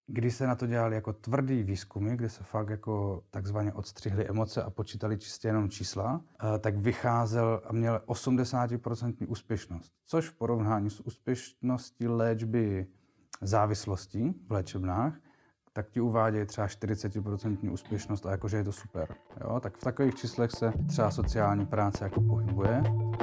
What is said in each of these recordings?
když se na to dělali jako tvrdý výzkumy, kde se fakt jako takzvaně odstřihly emoce a počítali čistě jenom čísla, tak vycházel a měl 80% úspěšnost, což v porovnání s úspěšností léčby závislostí v léčebnách, tak ti uvádějí třeba 40% úspěšnost a jakože je to super. Jo? Tak v takových číslech se třeba sociální práce jako pohybuje.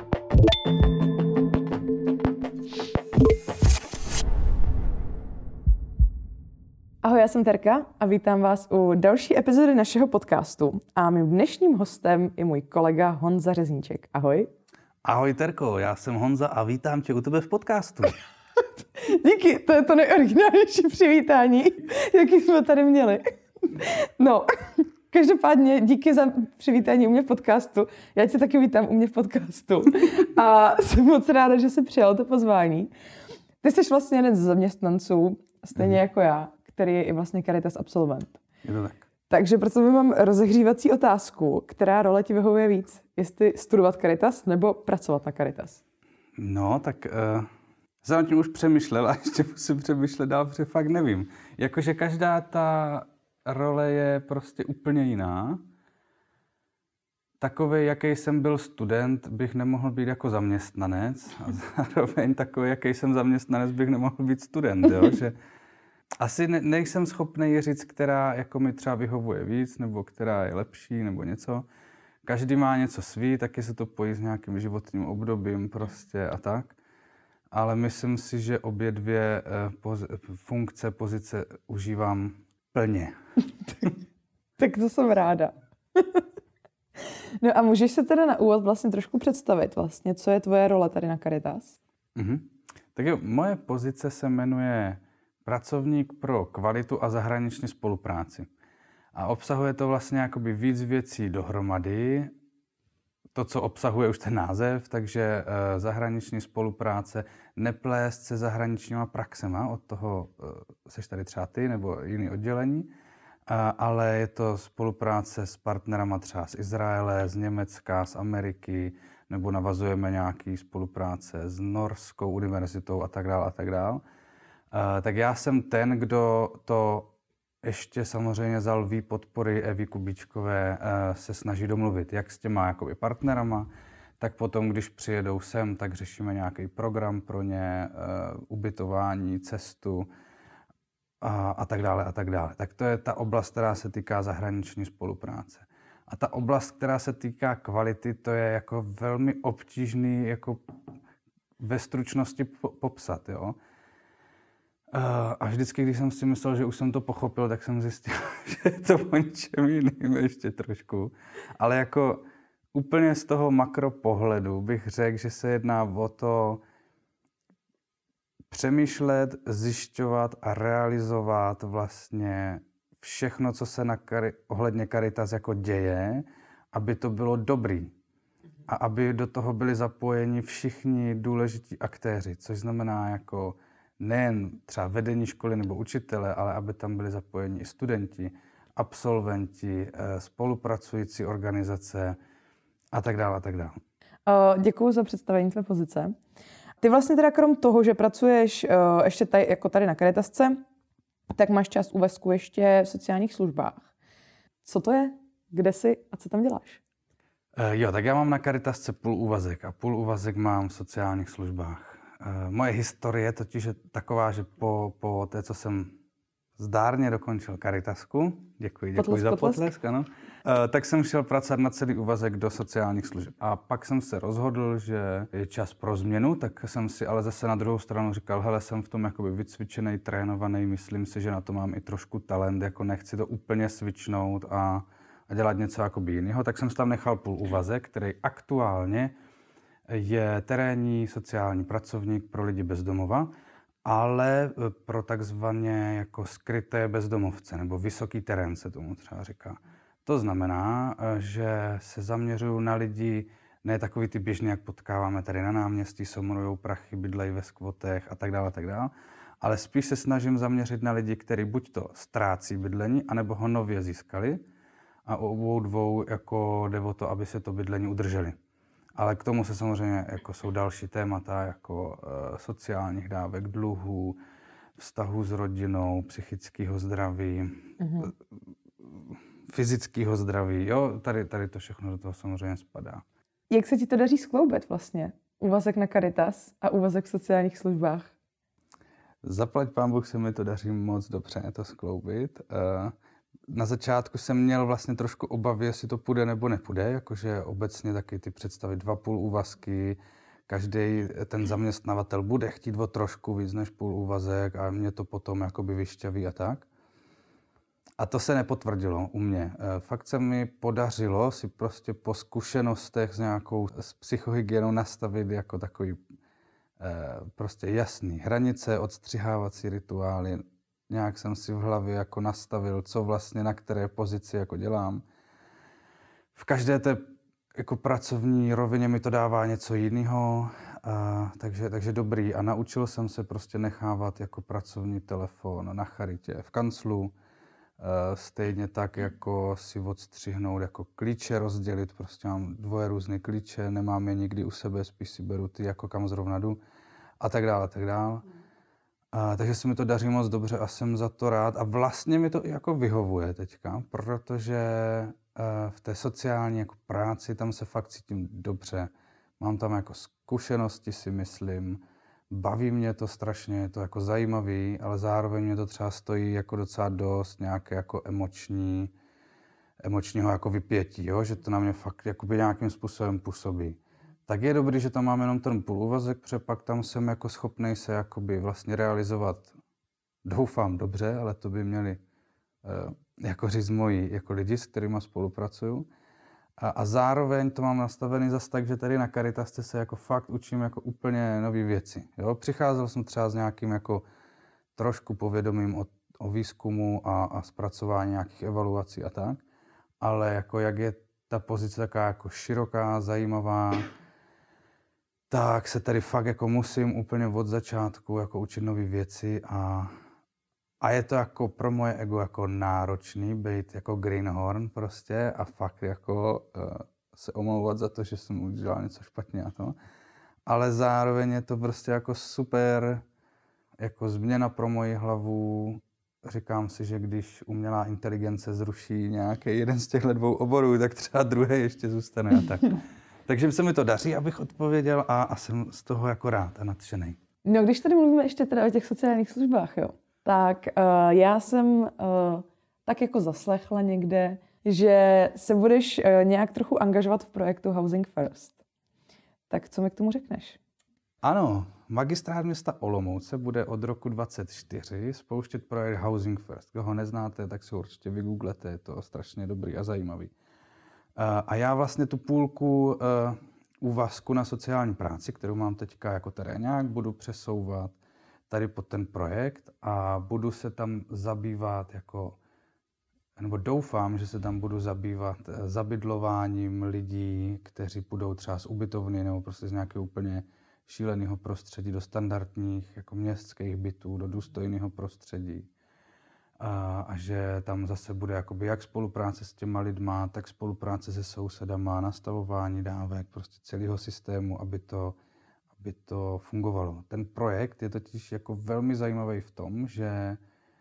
Ahoj, já jsem Terka a vítám vás u další epizody našeho podcastu. A mým dnešním hostem je můj kolega Honza Řezníček. Ahoj. Ahoj Terko, já jsem Honza a vítám tě u tebe v podcastu. Díky, to je to nejoriginálnější přivítání, jaký jsme tady měli. No, každopádně díky za přivítání u mě v podcastu. Já tě taky vítám u mě v podcastu. A jsem moc ráda, že jsi přijal to pozvání. Ty jsi vlastně jeden z zaměstnanců, stejně jako já, který je i vlastně Caritas absolvent. Je to tak. Takže proto mám rozehřívací otázku, která role ti vyhovuje víc? Jestli studovat Caritas nebo pracovat na Caritas? No, tak jsem nad tím už přemýšlel a ještě musím přemýšlet dál, protože fakt nevím. Jakože každá ta role je prostě úplně jiná. Takový, jaký jsem byl student, bych nemohl být jako zaměstnanec. A zároveň takový, jaký jsem zaměstnanec, bych nemohl být student. Jo? Že asi nejsem schopný říct, která jako mi třeba vyhovuje víc, nebo která je lepší, nebo něco. Každý má něco svý, taky se to pojí s nějakým životním obdobím prostě a tak. Ale myslím si, že obě dvě funkce, pozice užívám plně. Tak to jsem ráda. No a můžeš se teda na úvod vlastně trošku představit vlastně, co je tvoje role tady na Caritas? Tak jo, moje pozice se jmenuje pracovník pro kvalitu a zahraniční spolupráci. A obsahuje to vlastně jakoby víc věcí dohromady. To, co obsahuje už ten název, takže zahraniční spolupráce, neplést se zahraničníma praxema, od toho seš tady třeba ty nebo jiný oddělení, ale je to spolupráce s partnerama třeba z Izraele, z Německa, z Ameriky, nebo navazujeme nějaký spolupráce s Norskou univerzitou a tak dále a tak dále. Tak já jsem ten, kdo to ještě samozřejmě za lví podpory Evy Kubíčkové se snaží domluvit, jak s těma jakoby partnerama, tak potom, když přijedou sem, tak řešíme nějaký program pro ně, ubytování, cestu a tak dále a tak dále. Tak to je ta oblast, která se týká zahraniční spolupráce. A ta oblast, která se týká kvality, to je jako velmi obtížný jako ve stručnosti popsat, jo. A vždycky, když jsem si myslel, že už jsem to pochopil, tak jsem zjistil, že je to o ničem jiným ještě trošku. Ale jako úplně z toho makropohledu bych řekl, že se jedná o to přemýšlet, zjišťovat a realizovat vlastně všechno, co se ohledně Caritas jako děje, aby to bylo dobrý. A aby do toho byli zapojeni všichni důležití aktéři, což znamená jako nejen třeba vedení školy nebo učitele, ale aby tam byli zapojeni i studenti, absolventi, spolupracující organizace a tak dále a tak dále. Děkuji za představení tvé pozice. Ty vlastně teda krom toho, že pracuješ ještě tady, jako tady na Caritasce, tak máš část úvazku ještě v sociálních službách. Co to je? Kde jsi a co tam děláš? Jo, tak já mám na Caritasce půl úvazek a půl úvazek mám v sociálních službách. Moje historie totiž je taková, že po té, co jsem zdárně dokončil Caritasku, děkuji za potlesk, ano, tak jsem šel pracovat na celý úvazek do sociálních služeb. A pak jsem se rozhodl, že je čas pro změnu, tak jsem si ale zase na druhou stranu říkal, hele, jsem v tom jakoby vycvičený, trénovaný, myslím si, že na to mám i trošku talent, jako nechci to úplně switchnout a dělat něco jakoby jiného, tak jsem si tam nechal půl úvazek, který aktuálně je terénní sociální pracovník pro lidi bez domova, ale pro takzvaně jako skryté bezdomovce, nebo vysoký terén se tomu třeba říká. To znamená, že se zaměřuju na lidi, ne takový ty běžný, jak potkáváme tady na náměstí, somrujou prachy, bydlejí ve skvotech a tak dále, ale spíš se snažím zaměřit na lidi, kteří buď to ztrácí bydlení, anebo ho nově získali a u obou dvou jako jde o to, aby se to bydlení udrželi. Ale k tomu se samozřejmě jako jsou další témata, jako sociálních dávek, dluhů, vztahu s rodinou, psychického zdraví, fyzického zdraví. Jo, tady to všechno do toho samozřejmě spadá. Jak se ti to daří skloubit vlastně? Úvazek na Caritas a úvazek v sociálních službách? Zaplať pán Bůh, se mi to daří moc dobře to skloubit. Na začátku jsem měl vlastně trošku obavy, jestli to půjde nebo nepůjde, jakože obecně taky ty představy 2,5 úvazky, každý ten zaměstnavatel bude chtít o trošku víc než půl úvazek a mě to potom jakoby vyšťaví a tak. A to se nepotvrdilo u mě. Fakt se mi podařilo si prostě po zkušenostech s psychohygienou nastavit jako takový prostě jasný hranice, odstřihávací rituály. Nějak jsem si v hlavě jako nastavil, co vlastně na které pozici jako dělám. V každé té jako pracovní rovině mi to dává něco jiného, takže dobrý. A naučil jsem se prostě nechávat jako pracovní telefon na charitě v kanclu. Stejně tak jako si odstřihnout jako klíče, rozdělit, prostě mám 2 různé klíče, nemám je nikdy u sebe, spíš si beru ty, jako kam zrovna jdu a tak dále, a tak dále. Takže se mi to daří moc dobře a jsem za to rád a vlastně mi to i jako vyhovuje teďka, protože v té sociální jako práci tam se fakt cítím dobře. Mám tam jako zkušenosti, si myslím, baví mě to strašně, je to jako zajímavý, ale zároveň mě to třeba stojí jako docela dost nějaké jako emočního jako vypětí, jo? Že to na mě fakt jakoby nějakým způsobem působí. Tak je dobrý, že tam mám jenom ten půlúvazek, protože pak tam jsem jako schopnej se jakoby vlastně realizovat, doufám dobře, ale to by měli jako říct moji jako lidi, s kterými spolupracuju. A zároveň to mám nastavený zase tak, že tady na Caritasce se jako fakt učím jako úplně nové věci. Jo? Přicházel jsem třeba s nějakým jako trošku povědomím o výzkumu a zpracování nějakých evaluací a tak, ale jako jak je ta pozice taková jako široká, zajímavá, tak se tady fakt jako musím úplně od začátku jako učit nové věci a je to jako pro moje ego jako náročný být jako greenhorn prostě a fakt jako se omlouvat za to, že jsem udělal něco špatně a to. Ale zároveň je to prostě jako super jako změna pro moji hlavu. Říkám si, že když umělá inteligence zruší nějaký jeden z těchto 2 oborů, tak třeba druhý ještě zůstane a tak. Takže se mi to daří, abych odpověděl a jsem z toho jako rád a nadšenej. No, když tady mluvíme ještě teda o těch sociálních službách, jo, tak já jsem tak jako zaslechla někde, že se budeš nějak trochu angažovat v projektu Housing First. Tak co mi k tomu řekneš? Ano, Magistrát města Olomouce bude od roku 2024 spouštět projekt Housing First. Kdo ho neznáte, tak si určitě vygooglete, je to strašně dobrý a zajímavý. A já vlastně tu půlku úvazku na sociální práci, kterou mám teďka jako terénák, budu přesouvat tady pod ten projekt a budu se tam zabývat nebo doufám, že se tam budu zabývat zabydlováním lidí, kteří půjdou třeba z ubytovny nebo prostě z nějakého úplně šíleného prostředí do standardních jako městských bytů, do důstojného prostředí. A že tam zase bude jakoby jak spolupráce s těma lidma, tak spolupráce se sousedama, nastavování dávek, prostě celého systému, aby to fungovalo. Ten projekt je totiž jako velmi zajímavý v tom, že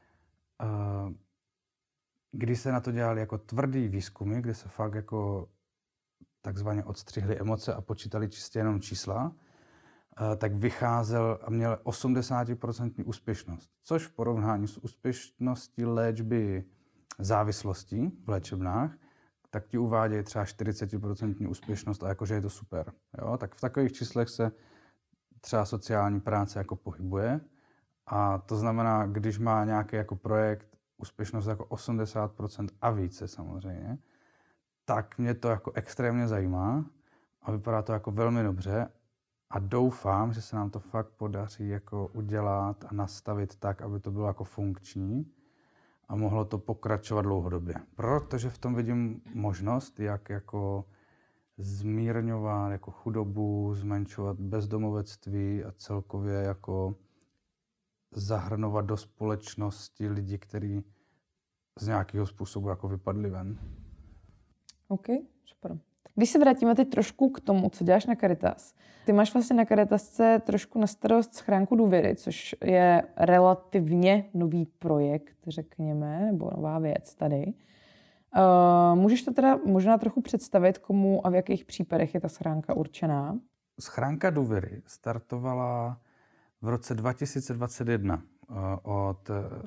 když se na to dělali jako tvrdý výzkumy, kde se fakt jako takzvaně odstřihly emoce a počítali čistě jenom čísla, tak vycházel a měl 80% úspěšnost, což v porovnání s úspěšností léčby závislostí v léčebnách, tak ti uvádějí třeba 40% úspěšnost a jakože je to super. Jo? Tak v takových číslech se třeba sociální práce jako pohybuje a to znamená, když má nějaký jako projekt úspěšnost jako 80% a více samozřejmě, tak mě to jako extrémně zajímá a vypadá to jako velmi dobře. A doufám, že se nám to fakt podaří jako udělat a nastavit tak, aby to bylo jako funkční a mohlo to pokračovat dlouhodobě. Protože v tom vidím možnost, jak jako zmírňovat jako chudobu, zmenšovat bezdomovectví a celkově jako zahrnovat do společnosti lidi, kteří z nějakého způsobu jako vypadli ven. OK, super. Když se vrátíme teď trošku k tomu, co děláš na Caritas. Ty máš vlastně na Caritasce trošku na starost schránku důvěry, což je relativně nový projekt, řekněme, nebo nová věc tady. Můžeš to teda možná trochu představit, komu a v jakých případech je ta schránka určená? Schránka důvěry startovala v roce 2021 od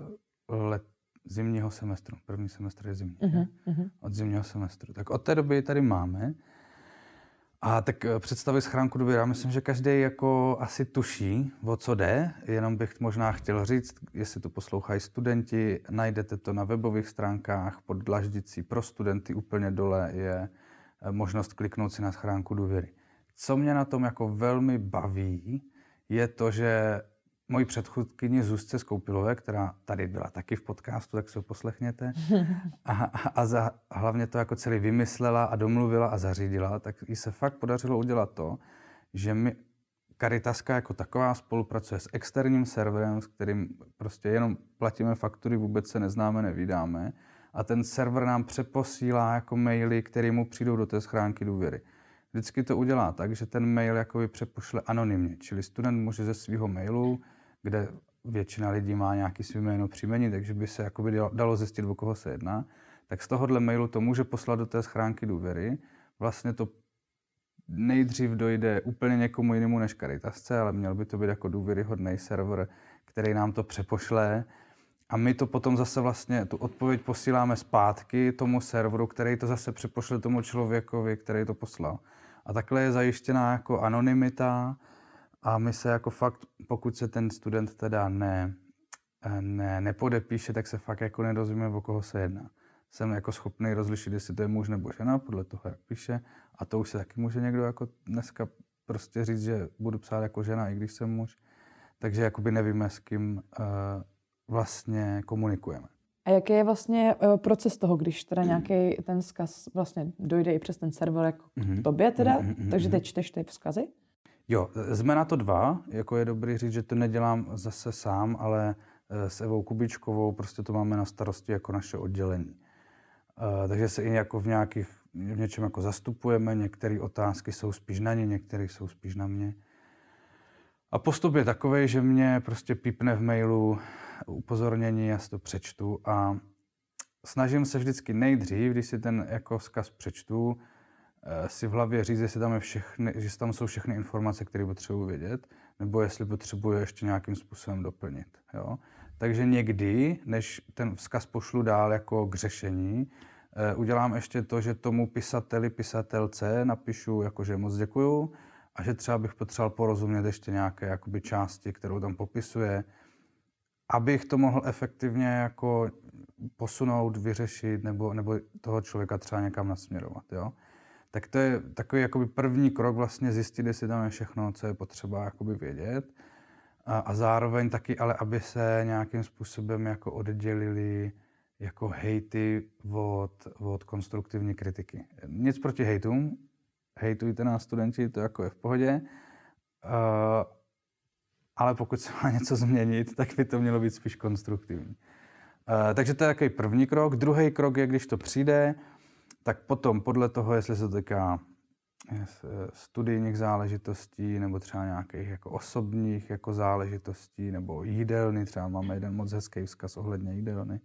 zimního semestru. První semestr je zimní. Od zimního semestru. Tak od té doby ji tady máme. A tak představit schránku důvěry. Já myslím, že každý jako asi tuší, o co jde. Jenom bych možná chtěl říct, jestli to poslouchají studenti, najdete to na webových stránkách pod dlaždicí pro studenty. Úplně dole je možnost kliknout si na schránku důvěry. Co mě na tom jako velmi baví, je to, že moji předchůdkyni Zuzce Skoupilové, která tady byla taky v podcastu, tak si ho poslechněte, hlavně to jako celý vymyslela a domluvila a zařídila, tak jí se fakt podařilo udělat to, že Caritaska jako taková spolupracuje s externím serverem, s kterým prostě jenom platíme faktury, vůbec se neznáme, nevídáme, a ten server nám přeposílá jako maily, které mu přijdou do té schránky důvěry. Vždycky to udělá tak, že ten mail jakoby přepošle anonymně, čili student může ze svého mailu, kde většina lidí má nějaký svý jméno příjmení, takže by se jakoby dalo zjistit, o koho se jedná, tak z tohohle mailu to může poslat do té schránky důvěry. Vlastně to nejdřív dojde úplně někomu jinému než Caritasce, ale měl by to být jako důvěryhodný server, který nám to přepošle. A my to potom zase vlastně, tu odpověď posíláme zpátky tomu serveru, který to zase přepošle tomu člověkovi, který to poslal. A takhle je zajištěná jako anonymita a my se jako fakt, pokud se ten student teda nepodepíše, tak se fakt jako nedozvíme, o koho se jedná. Jsem jako schopný rozlišit, jestli to je muž nebo žena, podle toho, jak píše. A to už se taky může někdo jako dneska prostě říct, že budu psát jako žena, i když jsem muž. Takže jakoby nevíme, s kým vlastně komunikujeme. A jaký je vlastně proces toho, když teda nějaký ten vzkaz vlastně dojde i přes ten server jako k tobě teda, takže teď čteš ty vzkazy? Jo, jsme na to dva, jako je dobrý říct, že to nedělám zase sám, ale s Evou Kubičkovou prostě to máme na starosti jako naše oddělení. Takže se i jako v něčem jako zastupujeme, některé otázky jsou spíš na ně, některé jsou spíš na mě. A postup je takový, že mě prostě pípne v mailu upozornění, já si to přečtu a snažím se vždycky nejdřív, když si ten jako vzkaz přečtu, si v hlavě říct, jestli tam jsou všechny informace, které potřebuji vědět, nebo jestli potřebuji ještě nějakým způsobem doplnit. Jo? Takže někdy, než ten vzkaz pošlu dál jako k řešení, udělám ještě to, že tomu pisatelce napíšu, jakože moc děkuju, a že třeba bych potřeboval porozumět ještě nějaké jakoby části, kterou tam popisuje, abych to mohl efektivně jako posunout, vyřešit nebo toho člověka třeba někam nasměrovat. Jo? Tak to je takový jakoby první krok vlastně zjistit, jestli tam je všechno, co je potřeba jakoby vědět. A zároveň taky, ale aby se nějakým způsobem jako oddělili jako hejty od konstruktivní kritiky. Nic proti hejtům, hejtujte nás studenti, to jako je v pohodě, ale pokud se má něco změnit, tak by to mělo být spíš konstruktivní. Takže to je takový první krok. Druhý krok je, když to přijde, tak potom podle toho, jestli se to týká studijních záležitostí nebo třeba nějakých jako osobních jako záležitostí nebo jídelny, třeba máme jeden moc hezký vzkaz ohledně jídelny,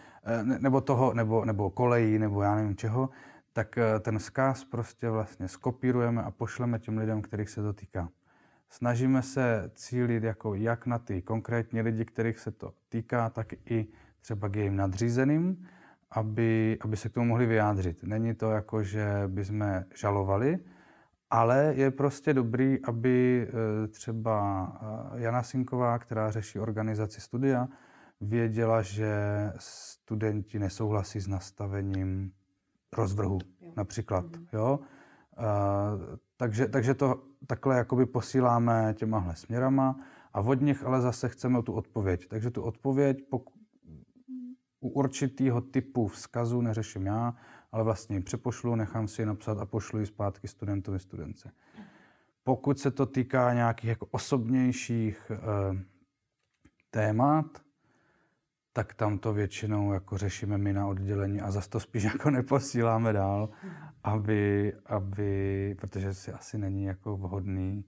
nebo kolejí, nebo já nevím čeho, tak ten vzkaz prostě vlastně skopírujeme a pošleme těm lidem, kterých se to týká. Snažíme se cílit jako jak na ty konkrétní lidi, kterých se to týká, tak i třeba k jejím nadřízeným, aby se k tomu mohli vyjádřit. Není to jako, že bychom žalovali, ale je prostě dobrý, aby třeba Jana Sinková, která řeší organizaci studia, věděla, že studenti nesouhlasí s nastavením rozvrhu, například. Jo? Takže to takhle jakoby posíláme těmahle směrama a od nich ale zase chceme tu odpověď. Takže tu odpověď u určitého typu vzkazu neřeším já, ale vlastně ji přepošlu, nechám si ji napsat a pošlu ji zpátky studentovi, studence. Pokud se to týká nějakých jako osobnějších témat, tak tam to většinou jako řešíme my na oddělení a zase to spíš jako neposíláme dál, protože si asi není jako vhodný,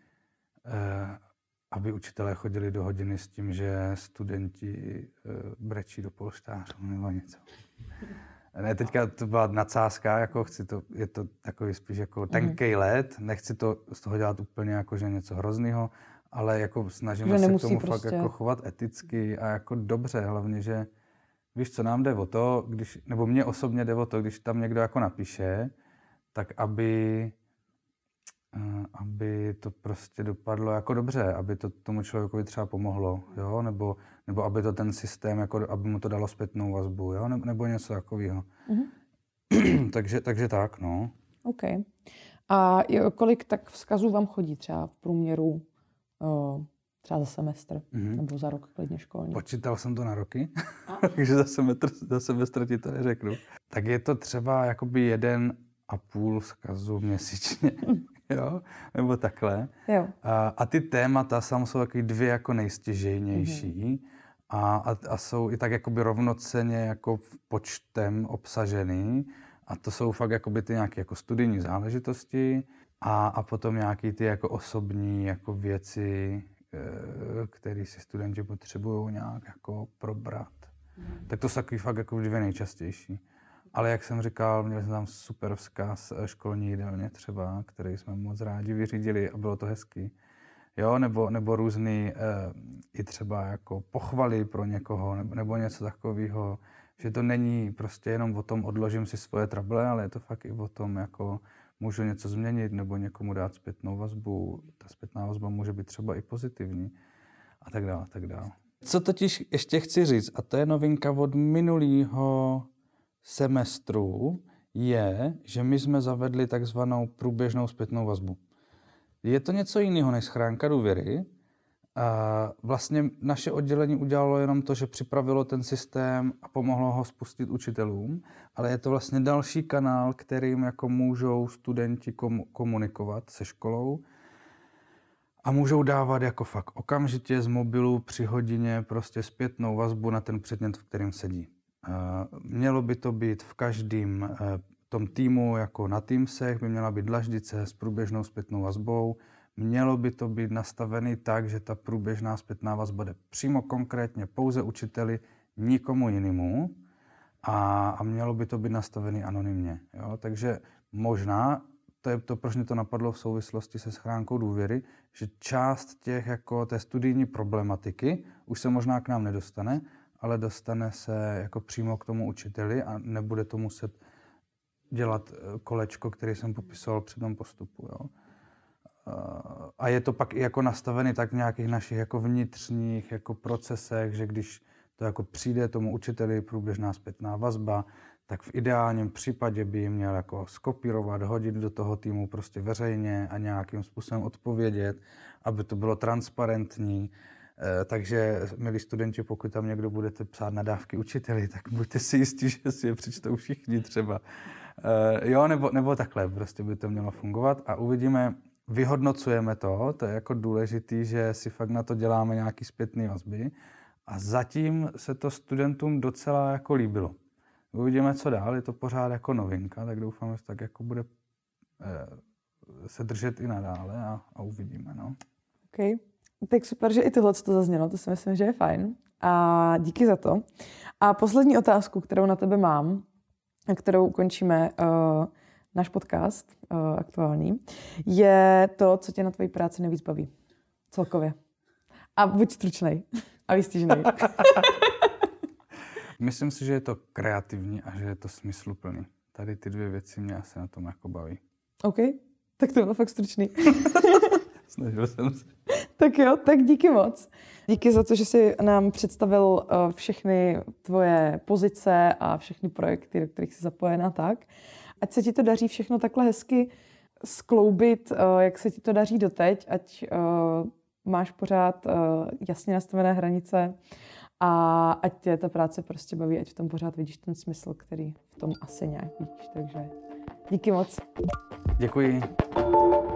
aby učitelé chodili do hodiny s tím, že studenti brečí do polštářů nebo něco. Ne, teďka to byla nadsázka, jako je to takový spíš jako tenkej led, nechci to z toho dělat úplně jako, že něco hroznýho, ale jako snažíme se k tomu fakt jako chovat eticky a jako dobře, hlavně, že víš, co nám jde o to, nebo mně osobně jde o to, když tam někdo jako napíše, tak aby to prostě dopadlo jako dobře, aby to tomu člověkovi třeba pomohlo, jo? Nebo aby to ten systém, jako, aby mu to dalo zpětnou vazbu, jo? Nebo něco takového. takže tak, no. OK. A kolik tak vzkazů vám chodí třeba v průměru třeba za semestr nebo za rok klidně školní? Počítal jsem to na roky, takže za semestr ti to neřeknu. Tak je to třeba jakoby 1,5 vzkazu měsíčně. Jo? Nebo takhle. Jo. A ty témata sam jsou takový 2 jako nejstěžejnější a jsou i tak jakoby rovnocenně jako počtem obsažený. A to jsou fakt jakoby ty nějaké jako studijní záležitosti a potom nějaké ty jako osobní jako věci, které si studenti potřebují nějak jako probrat. Tak to jsou takový fakt jako 2 nejčastější. Ale jak jsem říkal, měli jsme tam super vzkaz školní jídelně třeba, který jsme moc rádi vyřídili a bylo to hezký. Jo, nebo různý i třeba jako pochvaly pro někoho nebo něco takového, že to není prostě jenom o tom odložím si svoje trable, ale je to fakt i o tom, jako můžu něco změnit nebo někomu dát zpětnou vazbu. Ta zpětná vazba může být třeba i pozitivní a tak dále, tak dále. Co totiž ještě chci říct, a to je novinka od minulého semestru, je, že my jsme zavedli takzvanou průběžnou zpětnou vazbu. Je to něco jiného než schránka důvěry. Vlastně naše oddělení udělalo jenom to, že připravilo ten systém a pomohlo ho spustit učitelům, ale je to vlastně další kanál, kterým jako můžou studenti komunikovat se školou a můžou dávat jako fakt okamžitě z mobilu při hodině prostě zpětnou vazbu na ten předmět, v kterém sedí. Mělo by to být v každém tom týmu, jako na Teamsech, by měla být dlaždice s průběžnou zpětnou vazbou. Mělo by to být nastavený tak, že ta průběžná zpětná vazba jde přímo konkrétně pouze učiteli, nikomu jinému a mělo by to být nastavený anonymně. Jo? Takže možná, to je to, proč mě to napadlo v souvislosti se schránkou důvěry, že část té studijní problematiky už se možná k nám nedostane, ale dostane se jako přímo k tomu učiteli a nebude to muset dělat kolečko, který jsem popisoval při tom postupu. Jo. A je to pak i jako nastavený tak v nějakých našich jako vnitřních jako procesech, že když to jako přijde tomu učiteli průběžná zpětná vazba, tak v ideálním případě by ji měl jako skopírovat, hodit do toho týmu prostě veřejně a nějakým způsobem odpovědět, aby to bylo transparentní. Takže, milí studenti, pokud tam někdo budete psát nadávky učiteli, tak buďte si jistí, že si je přečtou všichni třeba. Jo, nebo takhle prostě by to mělo fungovat a uvidíme, vyhodnocujeme to je jako důležitý, že si fakt na to děláme nějaký zpětný vazby a zatím se to studentům docela jako líbilo. Uvidíme, co dál, je to pořád jako novinka, tak doufám, že tak jako bude se držet i nadále a uvidíme, no. Okay. Tak super, že i tohle to zaznělo, to si myslím, že je fajn. A díky za to. A poslední otázku, kterou na tebe mám, a kterou ukončíme náš podcast aktuální, je to, co tě na tvojí práci nejvíc baví. Celkově. A buď stručnej a výstižnej. Myslím si, že je to kreativní a že je to smysluplný. Tady ty 2 věci mě asi na tom jako baví. OK, tak to bylo fakt stručný. Snažil jsem se. Tak jo, tak díky moc. Díky za to, že jsi nám představil všechny tvoje pozice a všechny projekty, do kterých jsi zapojená tak. Ať se ti to daří všechno takhle hezky skloubit, jak se ti to daří doteď, ať máš pořád jasně nastavené hranice a ať tě ta práce prostě baví, ať v tom pořád vidíš ten smysl, který v tom asi nějak vidíš. Takže díky moc. Děkuji.